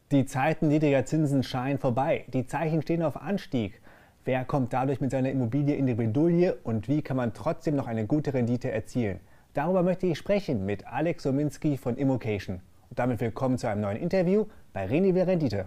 Die Zeiten niedriger Zinsen scheinen vorbei. Die Zeichen stehen auf Anstieg. Wer kommt dadurch mit seiner Immobilie in die Bredouille und wie kann man trotzdem noch eine gute Rendite erzielen? Darüber möchte ich sprechen mit Alex Sominski von Immocation. Und damit willkommen zu einem neuen Interview bei Reni will Rendite.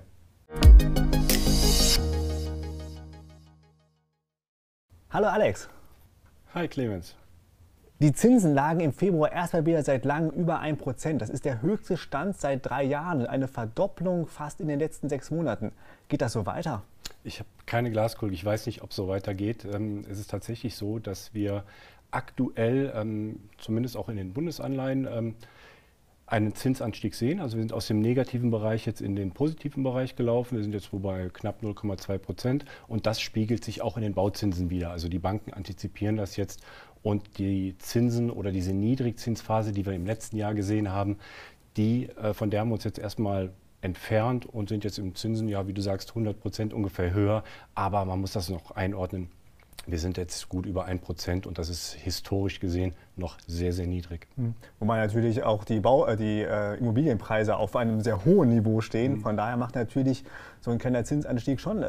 Hallo Alex. Hi Clemens. Die Zinsen lagen im Februar erstmal wieder seit langem über 1%. Das ist der höchste Stand seit 3 Jahren und eine Verdopplung fast in den letzten 6 Monaten. Geht das so weiter? Ich habe keine Glaskugel, ich weiß nicht, ob es so weitergeht. Es ist tatsächlich so, dass wir aktuell, zumindest auch in den Bundesanleihen, einen Zinsanstieg sehen. Also wir sind aus dem negativen Bereich jetzt in den positiven Bereich gelaufen. Wir sind jetzt bei knapp 0,2% und das spiegelt sich auch in den Bauzinsen wider. Also die Banken antizipieren das jetzt und die Zinsen oder diese Niedrigzinsphase, die wir im letzten Jahr gesehen haben, von der haben wir uns jetzt erstmal entfernt und sind jetzt im Zinsen, ja, wie du sagst, 100% ungefähr höher. Aber man muss das noch einordnen. Wir sind jetzt gut über 1% und das ist historisch gesehen noch sehr, sehr niedrig. Wobei natürlich auch die Immobilienpreise auf einem sehr hohen Niveau stehen. Von daher macht natürlich so ein kleiner Zinsanstieg schon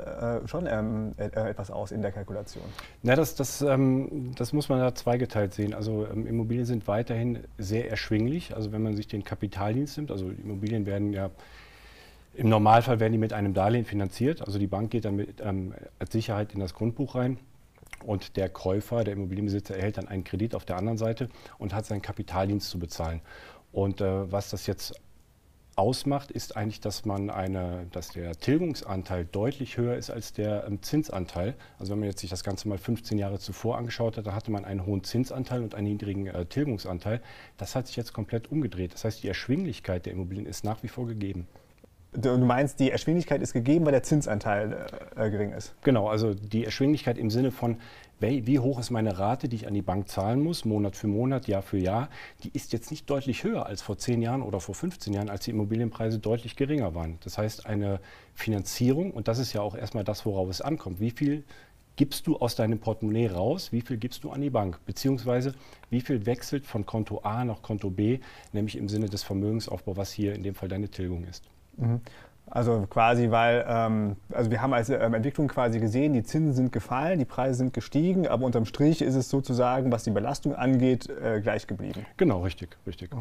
etwas aus in der Kalkulation. Na, das muss man da zweigeteilt sehen. Also Immobilien sind weiterhin sehr erschwinglich. Also wenn man sich den Kapitaldienst nimmt, also Immobilien werden ja im Normalfall mit einem Darlehen finanziert. Also die Bank geht dann als Sicherheit in das Grundbuch rein. Und der Käufer, der Immobilienbesitzer, erhält dann einen Kredit auf der anderen Seite und hat seinen Kapitaldienst zu bezahlen. Und was das jetzt ausmacht, ist eigentlich, dass der Tilgungsanteil deutlich höher ist als der Zinsanteil. Also wenn man jetzt sich das Ganze mal 15 Jahre zuvor angeschaut hat, da hatte man einen hohen Zinsanteil und einen niedrigen Tilgungsanteil. Das hat sich jetzt komplett umgedreht. Das heißt, die Erschwinglichkeit der Immobilien ist nach wie vor gegeben. Du meinst, die Erschwinglichkeit ist gegeben, weil der Zinsanteil gering ist? Genau, also die Erschwinglichkeit im Sinne von, wie hoch ist meine Rate, die ich an die Bank zahlen muss, Monat für Monat, Jahr für Jahr, die ist jetzt nicht deutlich höher als vor 10 Jahren oder vor 15 Jahren, als die Immobilienpreise deutlich geringer waren. Das heißt, eine Finanzierung, und das ist ja auch erstmal das, worauf es ankommt, wie viel gibst du aus deinem Portemonnaie raus, wie viel gibst du an die Bank, beziehungsweise wie viel wechselt von Konto A nach Konto B, nämlich im Sinne des Vermögensaufbaus, was hier in dem Fall deine Tilgung ist. Also quasi, weil wir haben als Entwicklung quasi gesehen, die Zinsen sind gefallen, die Preise sind gestiegen, aber unterm Strich ist es sozusagen, was die Belastung angeht, gleich geblieben. Genau, richtig.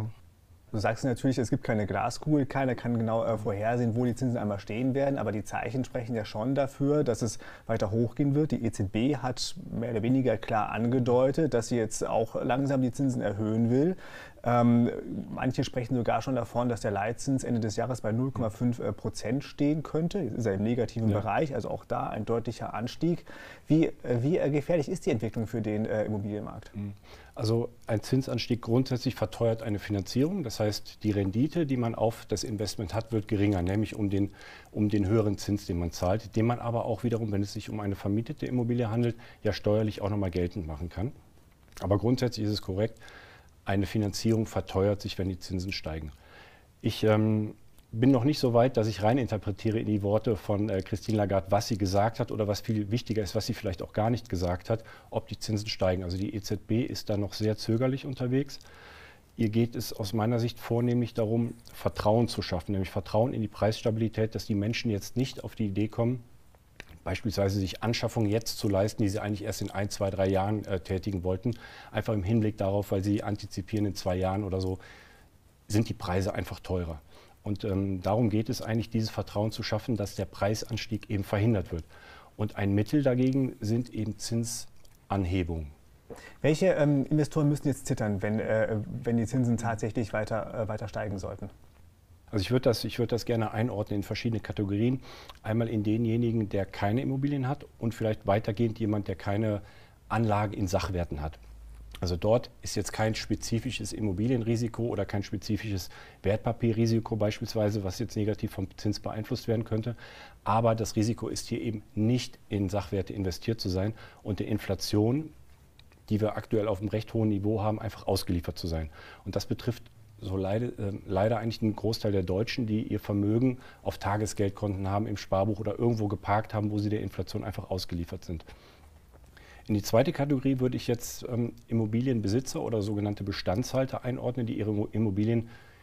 Du sagst natürlich, es gibt keine Glaskugel, keiner kann genau vorhersehen, wo die Zinsen einmal stehen werden, aber die Zeichen sprechen ja schon dafür, dass es weiter hochgehen wird. Die EZB hat mehr oder weniger klar angedeutet, dass sie jetzt auch langsam die Zinsen erhöhen will. Manche sprechen sogar schon davon, dass der Leitzins Ende des Jahres bei 0,5% stehen könnte. Jetzt ist er im negativen Bereich, also auch da ein deutlicher Anstieg. Wie gefährlich ist die Entwicklung für den Immobilienmarkt? Also ein Zinsanstieg grundsätzlich verteuert eine Finanzierung. Das heißt, die Rendite, die man auf das Investment hat, wird geringer, nämlich um den höheren Zins, den man zahlt, den man aber auch wiederum, wenn es sich um eine vermietete Immobilie handelt, ja steuerlich auch nochmal geltend machen kann. Aber grundsätzlich ist es korrekt, eine Finanzierung verteuert sich, wenn die Zinsen steigen. Ich bin noch nicht so weit, dass ich rein interpretiere in die Worte von Christine Lagarde, was sie gesagt hat oder was viel wichtiger ist, was sie vielleicht auch gar nicht gesagt hat, ob die Zinsen steigen. Also die EZB ist da noch sehr zögerlich unterwegs. Ihr geht es aus meiner Sicht vornehmlich darum, Vertrauen zu schaffen, nämlich Vertrauen in die Preisstabilität, dass die Menschen jetzt nicht auf die Idee kommen, beispielsweise sich Anschaffungen jetzt zu leisten, die sie eigentlich erst in 1, 2, 3 Jahren tätigen wollten, einfach im Hinblick darauf, weil sie antizipieren, in 2 Jahren oder so sind die Preise einfach teurer. Und darum geht es eigentlich, dieses Vertrauen zu schaffen, dass der Preisanstieg eben verhindert wird. Und ein Mittel dagegen sind eben Zinsanhebungen. Welche Investoren müssen jetzt zittern, wenn die Zinsen tatsächlich weiter steigen sollten? Also ich würde das gerne einordnen in verschiedene Kategorien. Einmal in denjenigen, der keine Immobilien hat und vielleicht weitergehend jemand, der keine Anlagen in Sachwerten hat. Also dort ist jetzt kein spezifisches Immobilienrisiko oder kein spezifisches Wertpapierrisiko beispielsweise, was jetzt negativ vom Zins beeinflusst werden könnte. Aber das Risiko ist hier eben nicht in Sachwerte investiert zu sein und der Inflation, die wir aktuell auf einem recht hohen Niveau haben, einfach ausgeliefert zu sein. Und das betrifft so leider eigentlich einen Großteil der Deutschen, die ihr Vermögen auf Tagesgeldkonten haben, im Sparbuch oder irgendwo geparkt haben, wo sie der Inflation einfach ausgeliefert sind. In die zweite Kategorie würde ich jetzt Immobilienbesitzer oder sogenannte Bestandshalter einordnen, die ihre Immobilien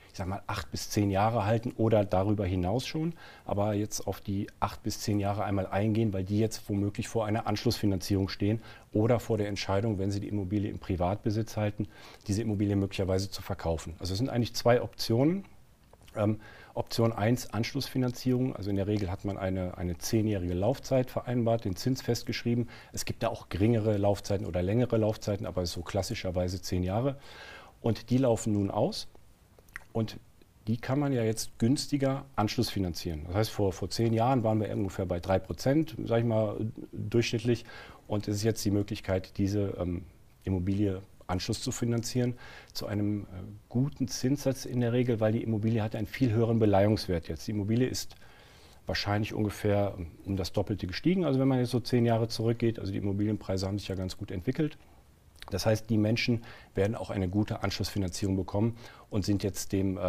ich sag mal, 8 bis 10 Jahre halten oder darüber hinaus schon. Aber jetzt auf die 8 bis 10 Jahre einmal eingehen, weil die jetzt womöglich vor einer Anschlussfinanzierung stehen oder vor der Entscheidung, wenn sie die Immobilie im Privatbesitz halten, diese Immobilie möglicherweise zu verkaufen. Also es sind eigentlich zwei Optionen. Option 1, Anschlussfinanzierung. Also in der Regel hat man eine 10-jährige Laufzeit vereinbart, den Zins festgeschrieben. Es gibt da auch geringere Laufzeiten oder längere Laufzeiten, aber so klassischerweise 10 Jahre. Und die laufen nun aus und die kann man ja jetzt günstiger anschlussfinanzieren. Das heißt, vor 10 Jahren waren wir ungefähr bei 3%, sage ich mal, durchschnittlich. Und es ist jetzt die Möglichkeit, diese Immobilie Anschluss zu finanzieren, zu einem guten Zinssatz in der Regel, weil die Immobilie hat einen viel höheren Beleihungswert jetzt. Die Immobilie ist wahrscheinlich ungefähr um das Doppelte gestiegen, also wenn man jetzt so 10 Jahre zurückgeht. Also die Immobilienpreise haben sich ja ganz gut entwickelt. Das heißt, die Menschen werden auch eine gute Anschlussfinanzierung bekommen und sind jetzt den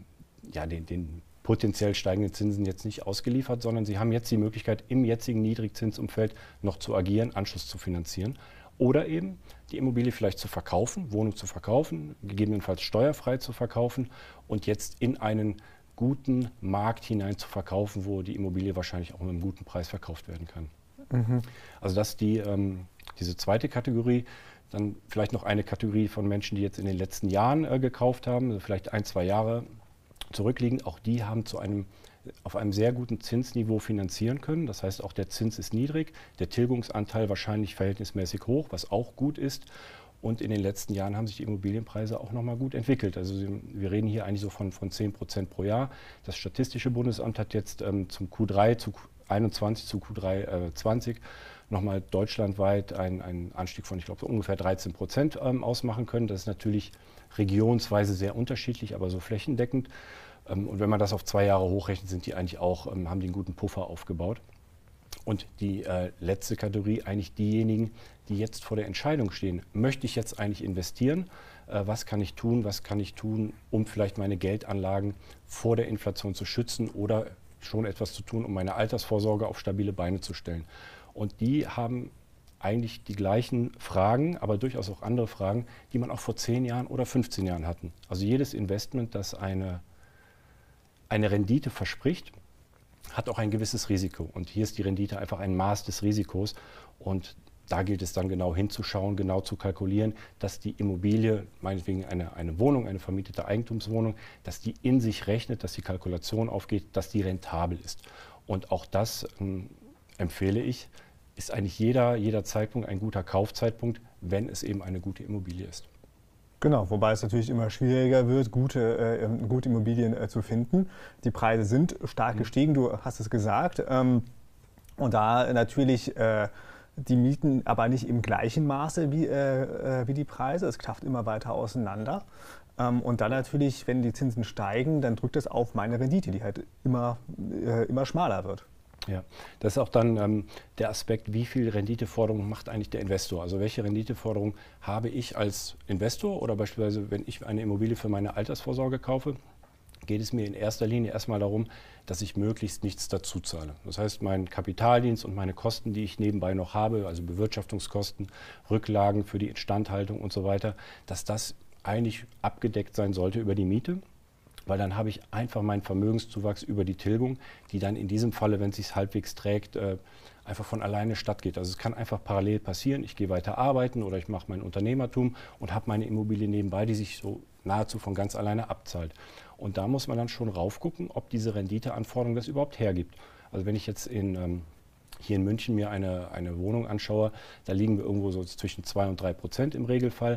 potenziell steigenden Zinsen jetzt nicht ausgeliefert, sondern sie haben jetzt die Möglichkeit, im jetzigen Niedrigzinsumfeld noch zu agieren, Anschluss zu finanzieren. Oder eben die Immobilie vielleicht zu verkaufen, Wohnung zu verkaufen, gegebenenfalls steuerfrei zu verkaufen und jetzt in einen guten Markt hinein zu verkaufen, wo die Immobilie wahrscheinlich auch mit einem guten Preis verkauft werden kann. Mhm. Also das ist diese zweite Kategorie. Dann vielleicht noch eine Kategorie von Menschen, die jetzt in den letzten Jahren gekauft haben, also vielleicht 1, 2 Jahre zurückliegen. Auch die haben auf einem sehr guten Zinsniveau finanzieren können. Das heißt, auch der Zins ist niedrig, der Tilgungsanteil wahrscheinlich verhältnismäßig hoch, was auch gut ist. Und in den letzten Jahren haben sich die Immobilienpreise auch nochmal gut entwickelt. Also wir reden hier eigentlich so von 10% pro Jahr. Das Statistische Bundesamt hat jetzt zum Q3 zu 21 zu Q3 20 nochmal deutschlandweit einen Anstieg von, ich glaube, so ungefähr 13% ausmachen können. Das ist natürlich regionsweise sehr unterschiedlich, aber so flächendeckend. Und wenn man das auf 2 Jahre hochrechnet, sind die eigentlich auch, haben die einen guten Puffer aufgebaut. Und die letzte Kategorie, eigentlich diejenigen, die jetzt vor der Entscheidung stehen. Möchte ich jetzt eigentlich investieren? Was kann ich tun? Was kann ich tun, um vielleicht meine Geldanlagen vor der Inflation zu schützen oder schon etwas zu tun, um meine Altersvorsorge auf stabile Beine zu stellen? Und die haben eigentlich die gleichen Fragen, aber durchaus auch andere Fragen, die man auch vor 10 Jahren oder 15 Jahren hatten. Also jedes Investment, das eine Rendite verspricht, hat auch ein gewisses Risiko. Und hier ist die Rendite einfach ein Maß des Risikos. Und da gilt es dann genau hinzuschauen, genau zu kalkulieren, dass die Immobilie, meinetwegen eine Wohnung, eine vermietete Eigentumswohnung, dass die in sich rechnet, dass die Kalkulation aufgeht, dass die rentabel ist. Und auch das empfehle ich, ist eigentlich jeder Zeitpunkt ein guter Kaufzeitpunkt, wenn es eben eine gute Immobilie ist. Genau, wobei es natürlich immer schwieriger wird, gute Immobilien zu finden. Die Preise sind stark gestiegen, du hast es gesagt. Und da natürlich die Mieten aber nicht im gleichen Maße wie die Preise. Es klafft immer weiter auseinander. Und dann natürlich, wenn die Zinsen steigen, dann drückt das auf meine Rendite, die halt immer schmaler wird. Ja, das ist auch dann der Aspekt, wie viel Renditeforderung macht eigentlich der Investor? Also welche Renditeforderung habe ich als Investor oder beispielsweise, wenn ich eine Immobilie für meine Altersvorsorge kaufe, geht es mir in erster Linie erstmal darum, dass ich möglichst nichts dazu zahle. Das heißt, mein Kapitaldienst und meine Kosten, die ich nebenbei noch habe, also Bewirtschaftungskosten, Rücklagen für die Instandhaltung und so weiter, dass das eigentlich abgedeckt sein sollte über die Miete. Weil dann habe ich einfach meinen Vermögenszuwachs über die Tilgung, die dann in diesem Falle, wenn es sich halbwegs trägt, einfach von alleine stattgeht. Also es kann einfach parallel passieren, ich gehe weiter arbeiten oder ich mache mein Unternehmertum und habe meine Immobilie nebenbei, die sich so nahezu von ganz alleine abzahlt. Und da muss man dann schon raufgucken, ob diese Renditeanforderung das überhaupt hergibt. Also wenn ich jetzt hier in München mir eine Wohnung anschaue, da liegen wir irgendwo so zwischen 2 und 3% im Regelfall.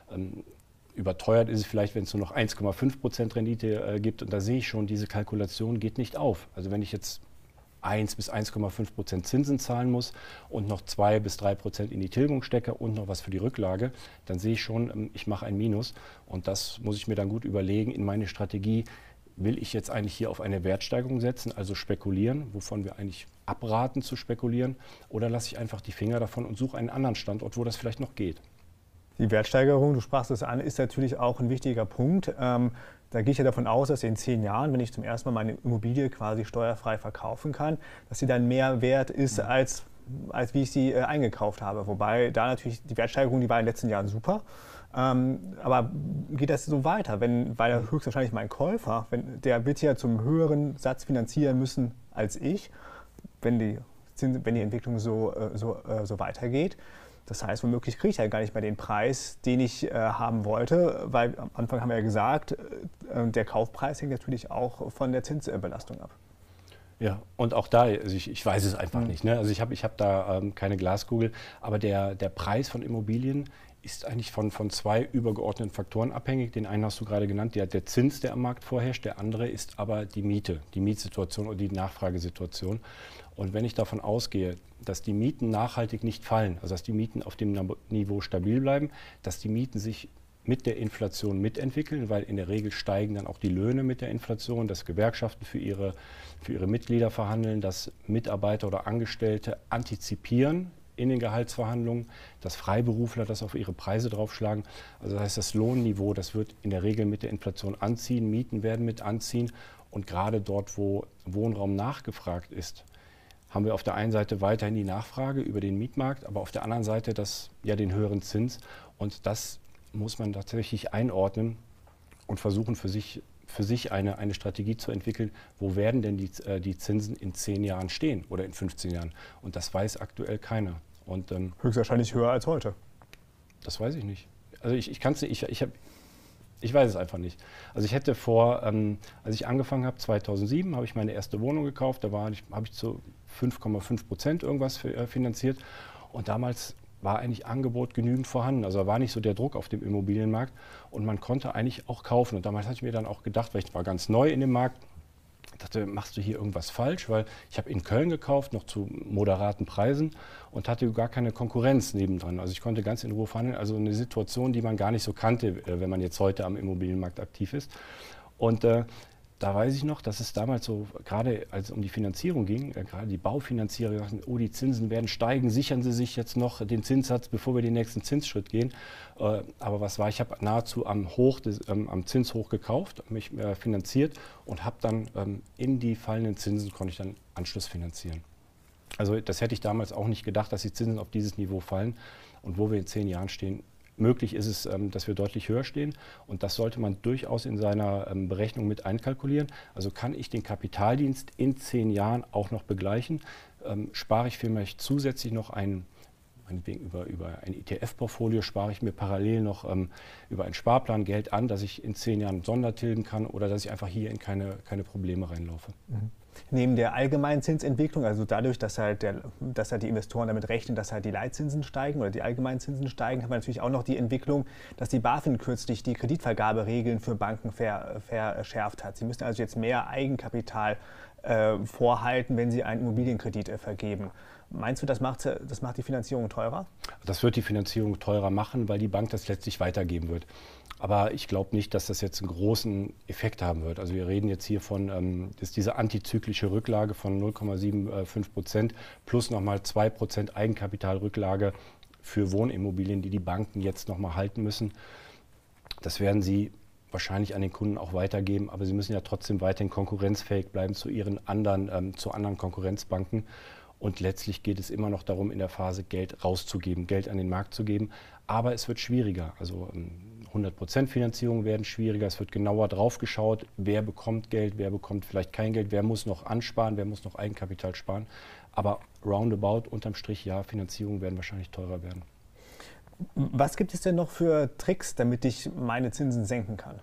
Überteuert ist es vielleicht, wenn es nur noch 1,5% Rendite gibt. Und da sehe ich schon, diese Kalkulation geht nicht auf. Also wenn ich jetzt 1 bis 1,5% Zinsen zahlen muss und noch 2 bis 3% in die Tilgung stecke und noch was für die Rücklage, dann sehe ich schon, ich mache ein Minus. Und das muss ich mir dann gut überlegen in meine Strategie. Will ich jetzt eigentlich hier auf eine Wertsteigerung setzen, also spekulieren, wovon wir eigentlich abraten zu spekulieren? Oder lasse ich einfach die Finger davon und suche einen anderen Standort, wo das vielleicht noch geht? Die Wertsteigerung, du sprachst es an, ist natürlich auch ein wichtiger Punkt. Da gehe ich ja davon aus, dass in 10 Jahren, wenn ich zum ersten Mal meine Immobilie quasi steuerfrei verkaufen kann, dass sie dann mehr wert ist als als wie ich sie eingekauft habe. Wobei da natürlich die Wertsteigerung, die war in den letzten Jahren super. Aber geht das so weiter? Weil höchstwahrscheinlich mein Käufer, der wird ja zum höheren Satz finanzieren müssen als ich, wenn die Entwicklung so weitergeht. Das heißt, womöglich kriege ich ja gar nicht mehr den Preis, den ich haben wollte, weil am Anfang haben wir ja gesagt, der Kaufpreis hängt natürlich auch von der Zinsbelastung ab. Ja, und auch da, also ich weiß es einfach nicht. Ne? Also ich hab da keine Glaskugel, aber der Preis von Immobilien ist eigentlich von zwei übergeordneten Faktoren abhängig. Den einen hast du gerade genannt, der Zins, der am Markt vorherrscht. Der andere ist aber die Miete, die Mietsituation oder die Nachfragesituation. Und wenn ich davon ausgehe, dass die Mieten nachhaltig nicht fallen, also dass die Mieten auf dem Niveau stabil bleiben, dass die Mieten sich mit der Inflation mitentwickeln, weil in der Regel steigen dann auch die Löhne mit der Inflation, dass Gewerkschaften für ihre Mitglieder verhandeln, dass Mitarbeiter oder Angestellte antizipieren in den Gehaltsverhandlungen, dass Freiberufler das auf ihre Preise draufschlagen. Also das heißt, das Lohnniveau, das wird in der Regel mit der Inflation anziehen, Mieten werden mit anziehen und gerade dort, wo Wohnraum nachgefragt ist, haben wir auf der einen Seite weiterhin die Nachfrage über den Mietmarkt, aber auf der anderen Seite den höheren Zins und das muss man tatsächlich einordnen und versuchen für sich eine Strategie zu entwickeln, wo werden denn die Zinsen in 10 Jahren stehen oder in 15 Jahren. Und das weiß aktuell keiner. Und, höchstwahrscheinlich höher als heute. Das weiß ich nicht. Also ich kann es nicht, ich weiß es einfach nicht. Also ich hätte als ich angefangen habe, 2007, habe ich meine erste Wohnung gekauft, da habe ich zu 5,5% irgendwas finanziert und damals war eigentlich Angebot genügend vorhanden. Also da war nicht so der Druck auf dem Immobilienmarkt und man konnte eigentlich auch kaufen. Und damals hatte ich mir dann auch gedacht, weil ich war ganz neu in dem Markt, dachte, machst du hier irgendwas falsch? Weil ich habe in Köln gekauft, noch zu moderaten Preisen und hatte gar keine Konkurrenz nebendran. Also ich konnte ganz in Ruhe verhandeln. Also eine Situation, die man gar nicht so kannte, wenn man jetzt heute am Immobilienmarkt aktiv ist. Und da weiß ich noch, dass es damals so, gerade als es um die Finanzierung ging, gerade die Baufinanzierer sagten, oh, die Zinsen werden steigen, sichern Sie sich jetzt noch den Zinssatz, bevor wir den nächsten Zinsschritt gehen. Aber was war, ich habe nahezu am Zinshoch gekauft, mich finanziert und habe dann in die fallenden Zinsen konnte ich dann Anschluss finanzieren. Also das hätte ich damals auch nicht gedacht, dass die Zinsen auf dieses Niveau fallen und wo wir in 10 Jahren stehen. Möglich ist es, dass wir deutlich höher stehen und das sollte man durchaus in seiner Berechnung mit einkalkulieren. Also kann ich den Kapitaldienst in 10 Jahren auch noch begleichen? Spare ich vielleicht zusätzlich noch meinetwegen über ein ETF-Portfolio, spare ich mir parallel noch über einen Sparplan Geld an, dass ich in 10 Jahren Sondertilgen kann oder dass ich einfach hier in keine Probleme reinlaufe. Mhm. Neben der allgemeinen Zinsentwicklung, also dadurch, dass halt die Investoren damit rechnen, dass halt die Leitzinsen steigen oder die allgemeinen Zinsen steigen, haben wir natürlich auch noch die Entwicklung, dass die BaFin kürzlich die Kreditvergaberegeln für Banken verschärft hat. Sie müssen also jetzt mehr Eigenkapital vorhalten, wenn sie einen Immobilienkredit vergeben. Meinst du, das macht die Finanzierung teurer? Das wird die Finanzierung teurer machen, weil die Bank das letztlich weitergeben wird. Aber ich glaube nicht, dass das jetzt einen großen Effekt haben wird. Also wir reden jetzt hier von diese antizyklische Rücklage von 0,75% plus nochmal 2% Eigenkapitalrücklage für Wohnimmobilien, die die Banken jetzt nochmal halten müssen. Das werden sie wahrscheinlich an den Kunden auch weitergeben, aber sie müssen ja trotzdem weiterhin konkurrenzfähig bleiben zu anderen Konkurrenzbanken. Und letztlich geht es immer noch darum, in der Phase Geld rauszugeben, Geld an den Markt zu geben. Aber es wird schwieriger. Also 100% Finanzierung werden schwieriger. Es wird genauer drauf geschaut, wer bekommt Geld, wer bekommt vielleicht kein Geld, wer muss noch ansparen, wer muss noch Eigenkapital sparen. Aber roundabout, unterm Strich, ja, Finanzierungen werden wahrscheinlich teurer werden. Was gibt es denn noch für Tricks, damit ich meine Zinsen senken kann?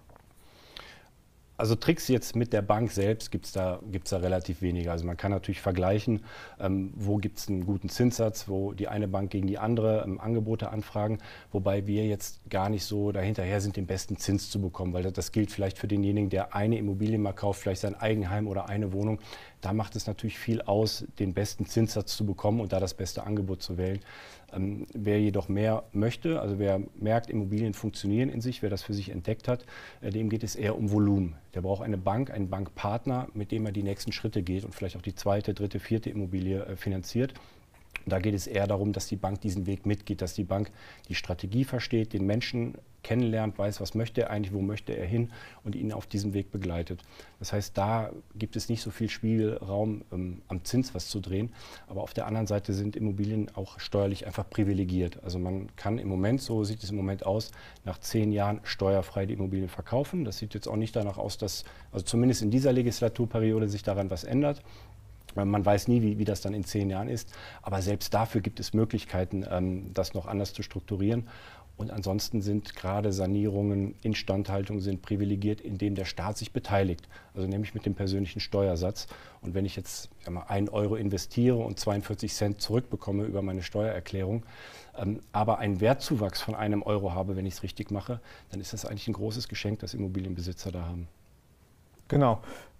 Also Tricks jetzt mit der Bank selbst gibt es da relativ wenige. Also man kann natürlich vergleichen, wo gibt es einen guten Zinssatz, wo die eine Bank gegen die andere Angebote anfragen, wobei wir jetzt gar nicht so dahinterher sind, den besten Zins zu bekommen, weil das gilt vielleicht für denjenigen, der eine Immobilie mal kauft, vielleicht sein Eigenheim oder eine Wohnung. Da macht es natürlich viel aus, den besten Zinssatz zu bekommen und da das beste Angebot zu wählen. Wer jedoch mehr möchte, also wer merkt, Immobilien funktionieren in sich, wer das für sich entdeckt hat, dem geht es eher um Volumen. Der braucht eine Bank, einen Bankpartner, mit dem er die nächsten Schritte geht und vielleicht auch die zweite, dritte, vierte Immobilie finanziert. Da geht es eher darum, dass die Bank diesen Weg mitgeht, dass die Bank die Strategie versteht, den Menschen kennenlernt, weiß, was möchte er eigentlich, wo möchte er hin und ihn auf diesem Weg begleitet. Das heißt, da gibt es nicht so viel Spielraum, am Zins was zu drehen. Aber auf der anderen Seite sind Immobilien auch steuerlich einfach privilegiert. Also man kann im Moment, so sieht es im Moment aus, nach 10 Jahren steuerfrei die Immobilien verkaufen. Das sieht jetzt auch nicht danach aus, dass, also zumindest in dieser Legislaturperiode, sich daran was ändert. Man weiß nie, wie das dann in 10 Jahren ist. Aber selbst dafür gibt es Möglichkeiten, das noch anders zu strukturieren. Und ansonsten sind gerade Sanierungen, Instandhaltung sind privilegiert, indem der Staat sich beteiligt. Also nämlich mit dem persönlichen Steuersatz. Und wenn ich jetzt 1 Euro investiere und 42 Cent zurückbekomme über meine Steuererklärung, aber einen Wertzuwachs von 1 Euro habe, wenn ich es richtig mache, dann ist das eigentlich ein großes Geschenk, das Immobilienbesitzer da haben. Genau.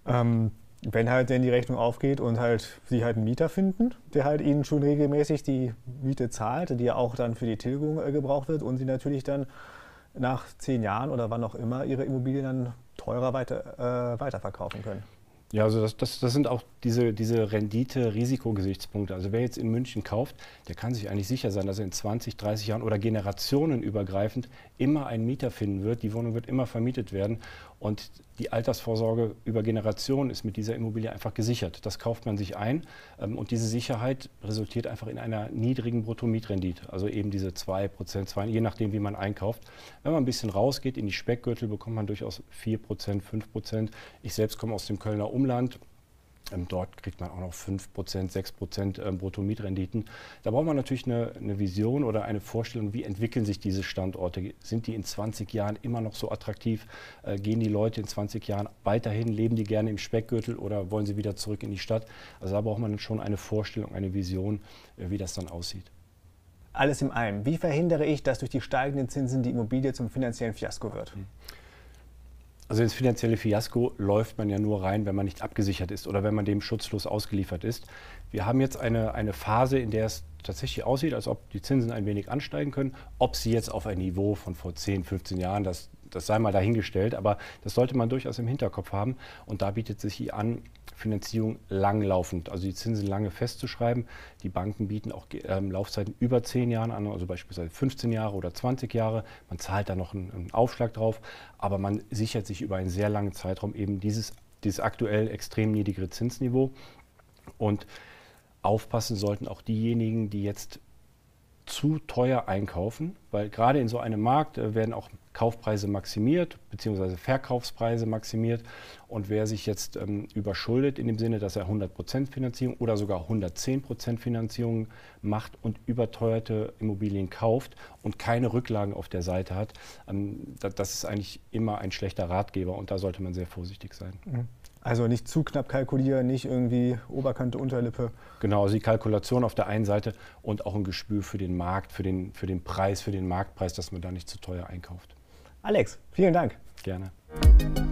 Wenn halt denn die Rechnung aufgeht und halt Sie halt einen Mieter finden, der halt Ihnen schon regelmäßig die Miete zahlt, die ja auch dann für die Tilgung gebraucht wird und Sie natürlich dann nach 10 Jahren oder wann auch immer Ihre Immobilien dann teurer weiterverkaufen können. Ja, also das sind auch diese Rendite-Risikogesichtspunkte. Also wer jetzt in München kauft, der kann sich eigentlich sicher sein, dass er in 20, 30 Jahren oder generationenübergreifend immer einen Mieter finden wird. Die Wohnung wird immer vermietet werden und die Altersvorsorge über Generationen ist mit dieser Immobilie einfach gesichert. Das kauft man sich ein und diese Sicherheit resultiert einfach in einer niedrigen Bruttomietrendite. Also eben diese 2%, je nachdem wie man einkauft. Wenn man ein bisschen rausgeht in die Speckgürtel, bekommt man durchaus 4%, 5%. Ich selbst komme aus dem Kölner Umland. Dort kriegt man auch noch 5%, 6% Bruttomietrenditen. Da braucht man natürlich eine Vision oder eine Vorstellung, wie entwickeln sich diese Standorte. Sind die in 20 Jahren immer noch so attraktiv? Gehen die Leute in 20 Jahren weiterhin? Leben die gerne im Speckgürtel oder wollen sie wieder zurück in die Stadt? Also da braucht man schon eine Vorstellung, eine Vision, wie das dann aussieht. Alles in allem. Wie verhindere ich, dass durch die steigenden Zinsen die Immobilie zum finanziellen Fiasko wird? Also ins finanzielle Fiasko läuft man ja nur rein, wenn man nicht abgesichert ist oder wenn man dem schutzlos ausgeliefert ist. Wir haben jetzt eine Phase, in der es tatsächlich aussieht, als ob die Zinsen ein wenig ansteigen können. Ob sie jetzt auf ein Niveau von vor 10, 15 Jahren, das sei mal dahingestellt, aber das sollte man durchaus im Hinterkopf haben. Und da bietet sich hier an, Finanzierung langlaufend, also die Zinsen lange festzuschreiben. Die Banken bieten auch Laufzeiten über 10 Jahren an, also beispielsweise 15 Jahre oder 20 Jahre. Man zahlt da noch einen Aufschlag drauf, aber man sichert sich über einen sehr langen Zeitraum eben dieses aktuell extrem niedrigere Zinsniveau. Und aufpassen sollten auch diejenigen, die jetzt zu teuer einkaufen, weil gerade in so einem Markt werden auch Kaufpreise maximiert bzw. Verkaufspreise maximiert und wer sich jetzt überschuldet in dem Sinne, dass er 100% Finanzierung oder sogar 110% Finanzierung macht und überteuerte Immobilien kauft und keine Rücklagen auf der Seite hat, das ist eigentlich immer ein schlechter Ratgeber und da sollte man sehr vorsichtig sein. Also nicht zu knapp kalkulieren, nicht irgendwie Oberkante, Unterlippe. Genau, also die Kalkulation auf der einen Seite und auch ein Gespür für den Markt, für den Preis, für den Marktpreis, dass man da nicht zu teuer einkauft. Alex, vielen Dank. Gerne.